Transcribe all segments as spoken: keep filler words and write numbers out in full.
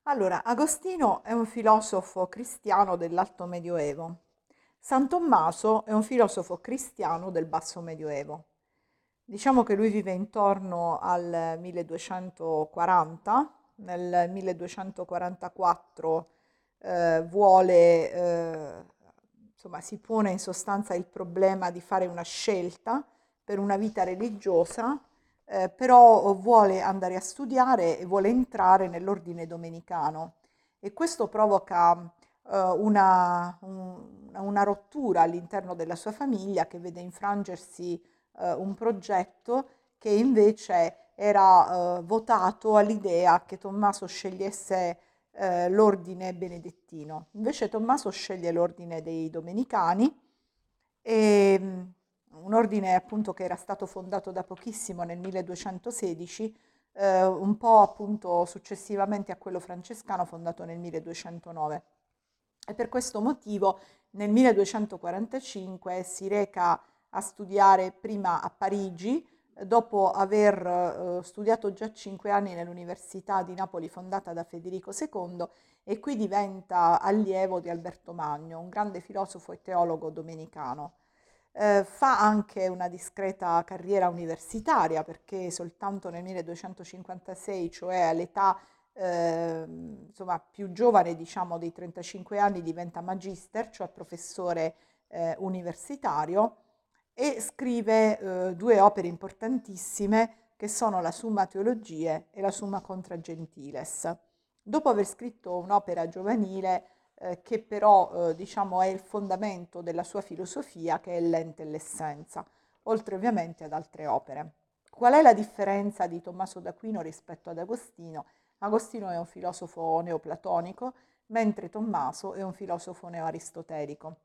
Allora, Agostino è un filosofo cristiano dell'Alto Medioevo. San Tommaso è un filosofo cristiano del Basso Medioevo. Diciamo che lui vive intorno al milleduecentoquaranta, nel milleduecentoquarantaquattro eh, vuole, eh, insomma, si pone in sostanza il problema di fare una scelta per una vita religiosa, eh, però vuole andare a studiare e vuole entrare nell'ordine domenicano e questo provoca eh, una, un- una rottura all'interno della sua famiglia che vede infrangersi eh, un progetto che invece era eh, votato all'idea che Tommaso scegliesse eh, l'ordine benedettino. Invece Tommaso sceglie l'ordine dei domenicani e mh, un ordine appunto che era stato fondato da pochissimo nel milleduecentosedici, eh, un po' appunto successivamente a quello francescano fondato nel milleduecentonove. E per questo motivo nel milleduecentoquarantacinque si reca a studiare prima a Parigi, eh, dopo aver eh, studiato già cinque anni nell'Università di Napoli fondata da Federico secondo e qui diventa allievo di Alberto Magno, un grande filosofo e teologo domenicano. Eh, fa anche una discreta carriera universitaria perché soltanto nel milleduecentocinquantasei, cioè all'età eh, insomma, più giovane diciamo dei trentacinque anni, diventa magister, cioè professore eh, universitario e scrive eh, due opere importantissime che sono la Summa Theologiae e la Summa Contra Gentiles. Dopo aver scritto un'opera giovanile eh, che però eh, diciamo è il fondamento della sua filosofia, che è l'ente e l'essenza, oltre ovviamente ad altre opere. Qual è la differenza di Tommaso d'Aquino rispetto ad Agostino? Agostino è un filosofo neoplatonico, mentre Tommaso è un filosofo neoaristotelico.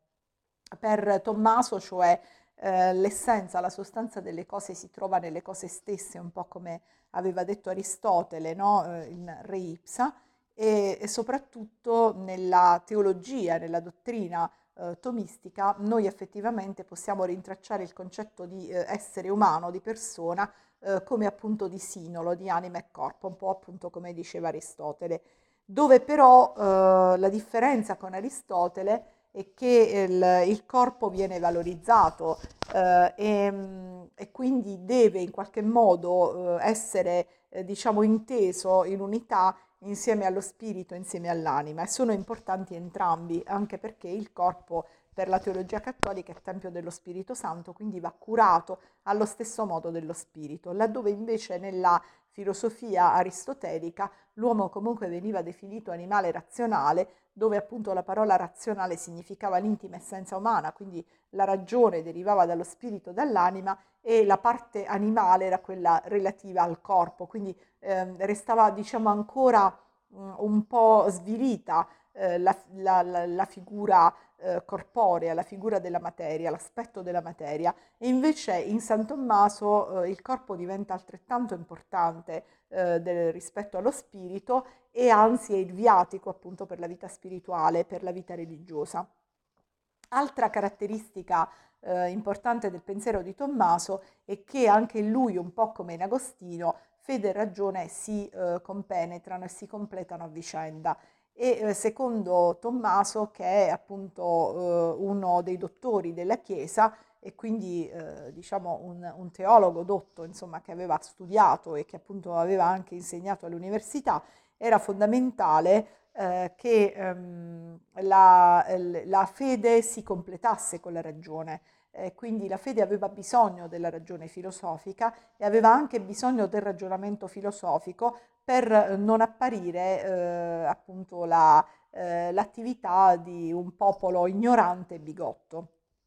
Per Tommaso, cioè eh, l'essenza, la sostanza delle cose si trova nelle cose stesse, un po' come aveva detto Aristotele, no? Eh, in Re Ipsa, e, e soprattutto nella teologia, nella dottrina eh, tomistica, noi effettivamente possiamo rintracciare il concetto di eh, essere umano, di persona, eh, come appunto di sinolo, di anima e corpo, un po' appunto come diceva Aristotele, dove però eh, la differenza con Aristotele è che il, il corpo viene valorizzato eh, e, e quindi deve in qualche modo eh, essere eh, diciamo inteso in unità insieme allo spirito, insieme all'anima e sono importanti entrambi, anche perché il corpo per la teologia cattolica è tempio dello Spirito Santo, quindi va curato allo stesso modo dello spirito, laddove invece nella filosofia aristotelica l'uomo comunque veniva definito animale razionale, dove appunto la parola razionale significava l'intima essenza umana, quindi la ragione derivava dallo spirito, dall'anima e la parte animale era quella relativa al corpo, quindi eh, restava diciamo ancora mh, un po' svilita eh, la, la, la, la figura eh, corporea, la figura della materia, l'aspetto della materia e invece in San Tommaso eh, il corpo diventa altrettanto importante eh, del, rispetto allo spirito e anzi è il viatico appunto per la vita spirituale, per la vita religiosa. Altra caratteristica eh, importante del pensiero di Tommaso è che anche lui, un po' come in Agostino, fede e ragione si eh, compenetrano e si completano a vicenda. E eh, secondo Tommaso, che è appunto eh, uno dei dottori della Chiesa e quindi eh, diciamo un, un teologo dotto, insomma, che aveva studiato e che appunto aveva anche insegnato all'università, era fondamentale eh, che ehm, la, la fede si completasse con la ragione. Eh, quindi la fede aveva bisogno della ragione filosofica e aveva anche bisogno del ragionamento filosofico per non apparire eh, appunto la, eh, l'attività di un popolo ignorante e bigotto.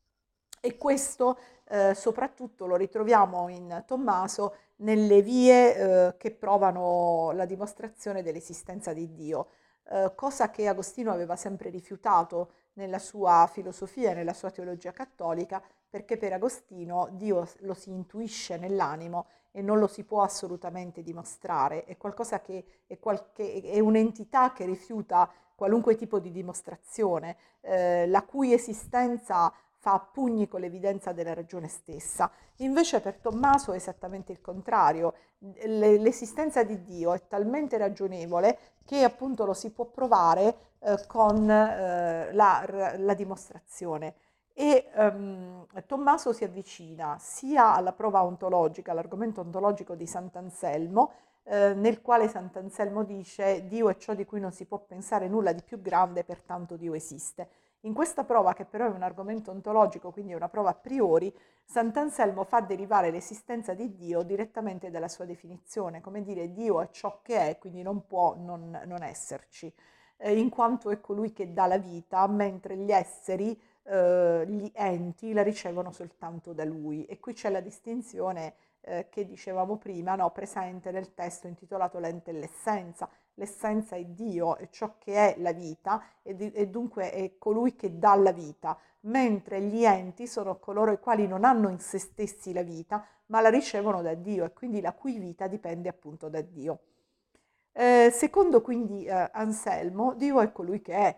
E questo eh, soprattutto lo ritroviamo in Tommaso nelle vie eh, che provano la dimostrazione dell'esistenza di Dio, eh, cosa che Agostino aveva sempre rifiutato nella sua filosofia e nella sua teologia cattolica, perché per Agostino Dio lo si intuisce nell'animo e non lo si può assolutamente dimostrare, è qualcosa che è, qualche, è un'entità che rifiuta qualunque tipo di dimostrazione, eh, la cui esistenza fa a pugni con l'evidenza della ragione stessa. Invece per Tommaso è esattamente il contrario. L'esistenza di Dio è talmente ragionevole che appunto lo si può provare eh, con eh, la, la dimostrazione. E um, Tommaso si avvicina sia alla prova ontologica, all'argomento ontologico di Sant'Anselmo, eh, nel quale Sant'Anselmo dice: Dio è ciò di cui non si può pensare nulla di più grande, pertanto Dio esiste. In questa prova, che però è un argomento ontologico, quindi è una prova a priori, Sant'Anselmo fa derivare l'esistenza di Dio direttamente dalla sua definizione, come dire Dio è ciò che è, quindi non può non, non esserci, eh, in quanto è colui che dà la vita, mentre gli esseri, eh, gli enti, la ricevono soltanto da lui. E qui c'è la distinzione eh, che dicevamo prima, no, presente nel testo intitolato L'ente e l'essenza. L'essenza è Dio, è ciò che è la vita e, di, e dunque è colui che dà la vita, mentre gli enti sono coloro i quali non hanno in se stessi la vita, ma la ricevono da Dio e quindi la cui vita dipende appunto da Dio. Eh, secondo quindi eh, Anselmo, Dio è colui che è,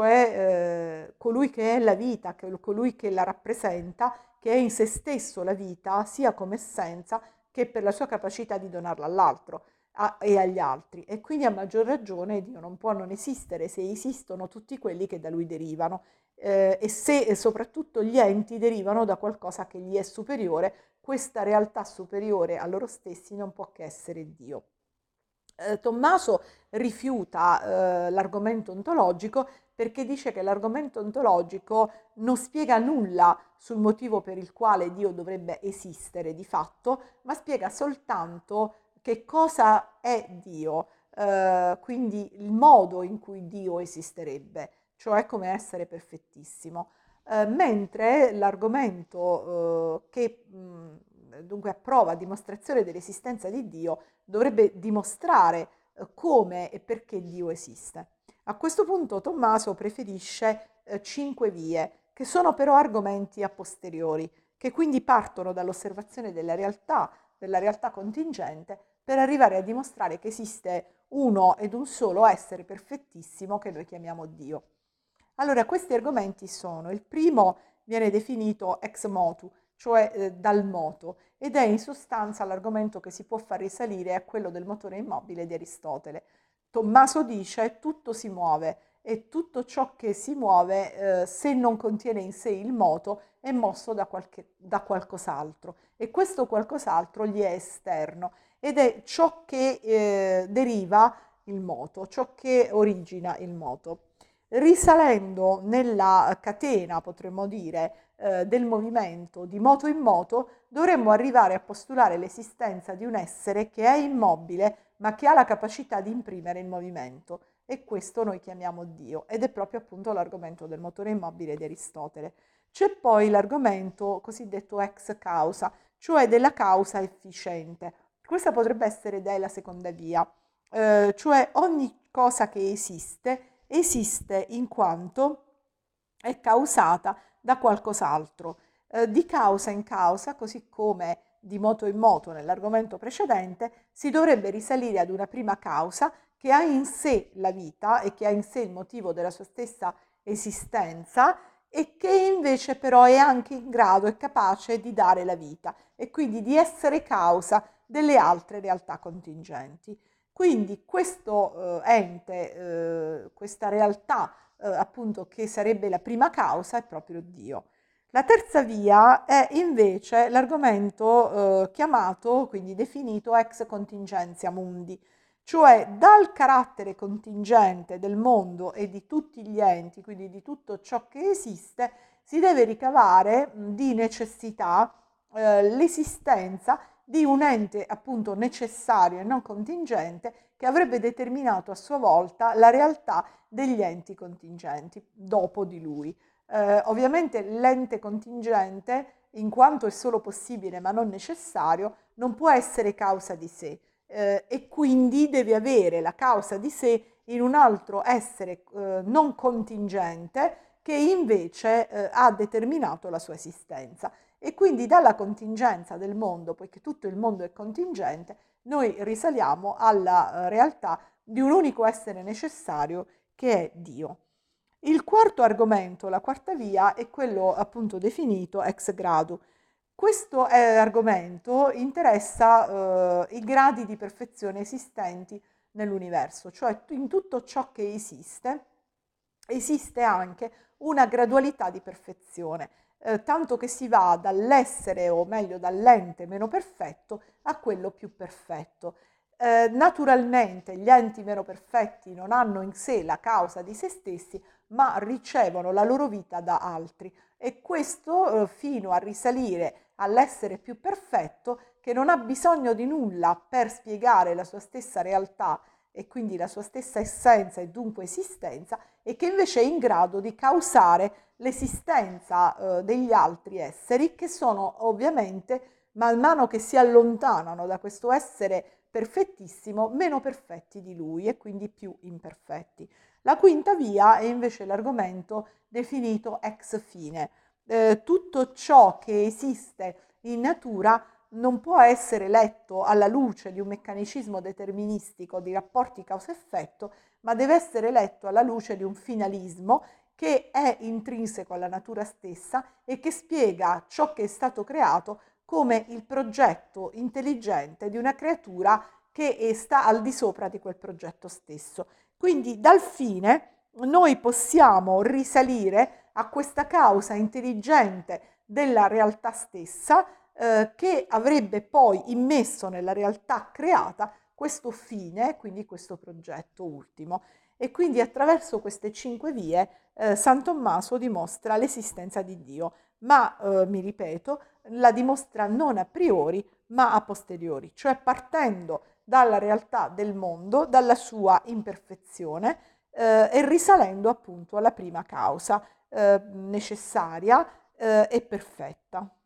cioè eh, colui che è la vita, che, colui che la rappresenta, che è in se stesso la vita, sia come essenza che per la sua capacità di donarla all'altro a, e agli altri. E quindi a maggior ragione Dio non può non esistere se esistono tutti quelli che da lui derivano eh, e se e soprattutto gli enti derivano da qualcosa che gli è superiore, questa realtà superiore a loro stessi non può che essere Dio. Eh, Tommaso rifiuta eh, l'argomento ontologico perché dice che l'argomento ontologico non spiega nulla sul motivo per il quale Dio dovrebbe esistere di fatto, ma spiega soltanto che cosa è Dio, eh, quindi il modo in cui Dio esisterebbe, cioè come essere perfettissimo. Eh, mentre l'argomento eh, che mh, dunque approva dimostrazione dell'esistenza di Dio dovrebbe dimostrare eh, come e perché Dio esiste. A questo punto Tommaso preferisce eh, cinque vie, che sono però argomenti a posteriori, che quindi partono dall'osservazione della realtà, della realtà contingente, per arrivare a dimostrare che esiste uno ed un solo essere perfettissimo che noi chiamiamo Dio. Allora, questi argomenti sono: il primo viene definito ex motu, cioè eh, dal moto, ed è in sostanza l'argomento che si può far risalire a quello del motore immobile di Aristotele. Tommaso dice: tutto si muove e tutto ciò che si muove, eh, se non contiene in sé il moto, è mosso da, qualche, da qualcos'altro, e questo qualcos'altro gli è esterno ed è ciò che eh, deriva il moto, ciò che origina il moto. Risalendo nella catena, potremmo dire, eh, del movimento di moto in moto, dovremmo arrivare a postulare l'esistenza di un essere che è immobile, ma che ha la capacità di imprimere il movimento. E questo noi chiamiamo Dio, ed è proprio appunto l'argomento del motore immobile di Aristotele. C'è poi l'argomento cosiddetto ex causa, cioè della causa efficiente. Questa potrebbe essere della seconda via, eh, cioè ogni cosa che esiste esiste in quanto è causata da qualcos'altro. Eh, di causa in causa, così come di moto in moto nell'argomento precedente, si dovrebbe risalire ad una prima causa che ha in sé la vita e che ha in sé il motivo della sua stessa esistenza e che invece però è anche in grado e capace di dare la vita e quindi di essere causa delle altre realtà contingenti. Quindi questo eh, ente, eh, questa realtà eh, appunto che sarebbe la prima causa è proprio Dio. La terza via è invece l'argomento eh, chiamato, quindi definito ex contingentia mundi, cioè dal carattere contingente del mondo e di tutti gli enti, quindi di tutto ciò che esiste, si deve ricavare mh, di necessità eh, l'esistenza di un ente appunto necessario e non contingente che avrebbe determinato a sua volta la realtà degli enti contingenti dopo di lui. Eh, ovviamente l'ente contingente, in quanto è solo possibile ma non necessario, non può essere causa di sé eh, e quindi deve avere la causa di sé in un altro essere eh, non contingente che invece eh, ha determinato la sua esistenza. E quindi dalla contingenza del mondo, poiché tutto il mondo è contingente, noi risaliamo alla eh, realtà di un unico essere necessario che è Dio. Il quarto argomento, la quarta via, è quello appunto definito ex gradu. Questo eh, argomento interessa eh, i gradi di perfezione esistenti nell'universo, cioè in tutto ciò che esiste, esiste anche una gradualità di perfezione, eh, tanto che si va dall'essere, o meglio dall'ente meno perfetto, a quello più perfetto. Eh, naturalmente gli enti meno perfetti non hanno in sé la causa di se stessi, ma ricevono la loro vita da altri, e questo eh, fino a risalire all'essere più perfetto, che non ha bisogno di nulla per spiegare la sua stessa realtà e quindi la sua stessa essenza e dunque esistenza, e che invece è in grado di causare l'esistenza eh, degli altri esseri, che sono ovviamente, man mano che si allontanano da questo essere perfettissimo, meno perfetti di lui e quindi più imperfetti. La quinta via è invece l'argomento definito ex fine. Eh, tutto ciò che esiste in natura non può essere letto alla luce di un meccanicismo deterministico di rapporti causa-effetto, ma deve essere letto alla luce di un finalismo che è intrinseco alla natura stessa e che spiega ciò che è stato creato come il progetto intelligente di una creatura che sta al di sopra di quel progetto stesso. Quindi dal fine noi possiamo risalire a questa causa intelligente della realtà stessa, eh, che avrebbe poi immesso nella realtà creata questo fine, quindi questo progetto ultimo. E quindi attraverso queste cinque vie eh, San Tommaso dimostra l'esistenza di Dio, ma eh, mi ripeto, la dimostra non a priori, ma a posteriori, cioè partendo dalla realtà del mondo, dalla sua imperfezione eh, e risalendo appunto alla prima causa eh, necessaria eh, e perfetta.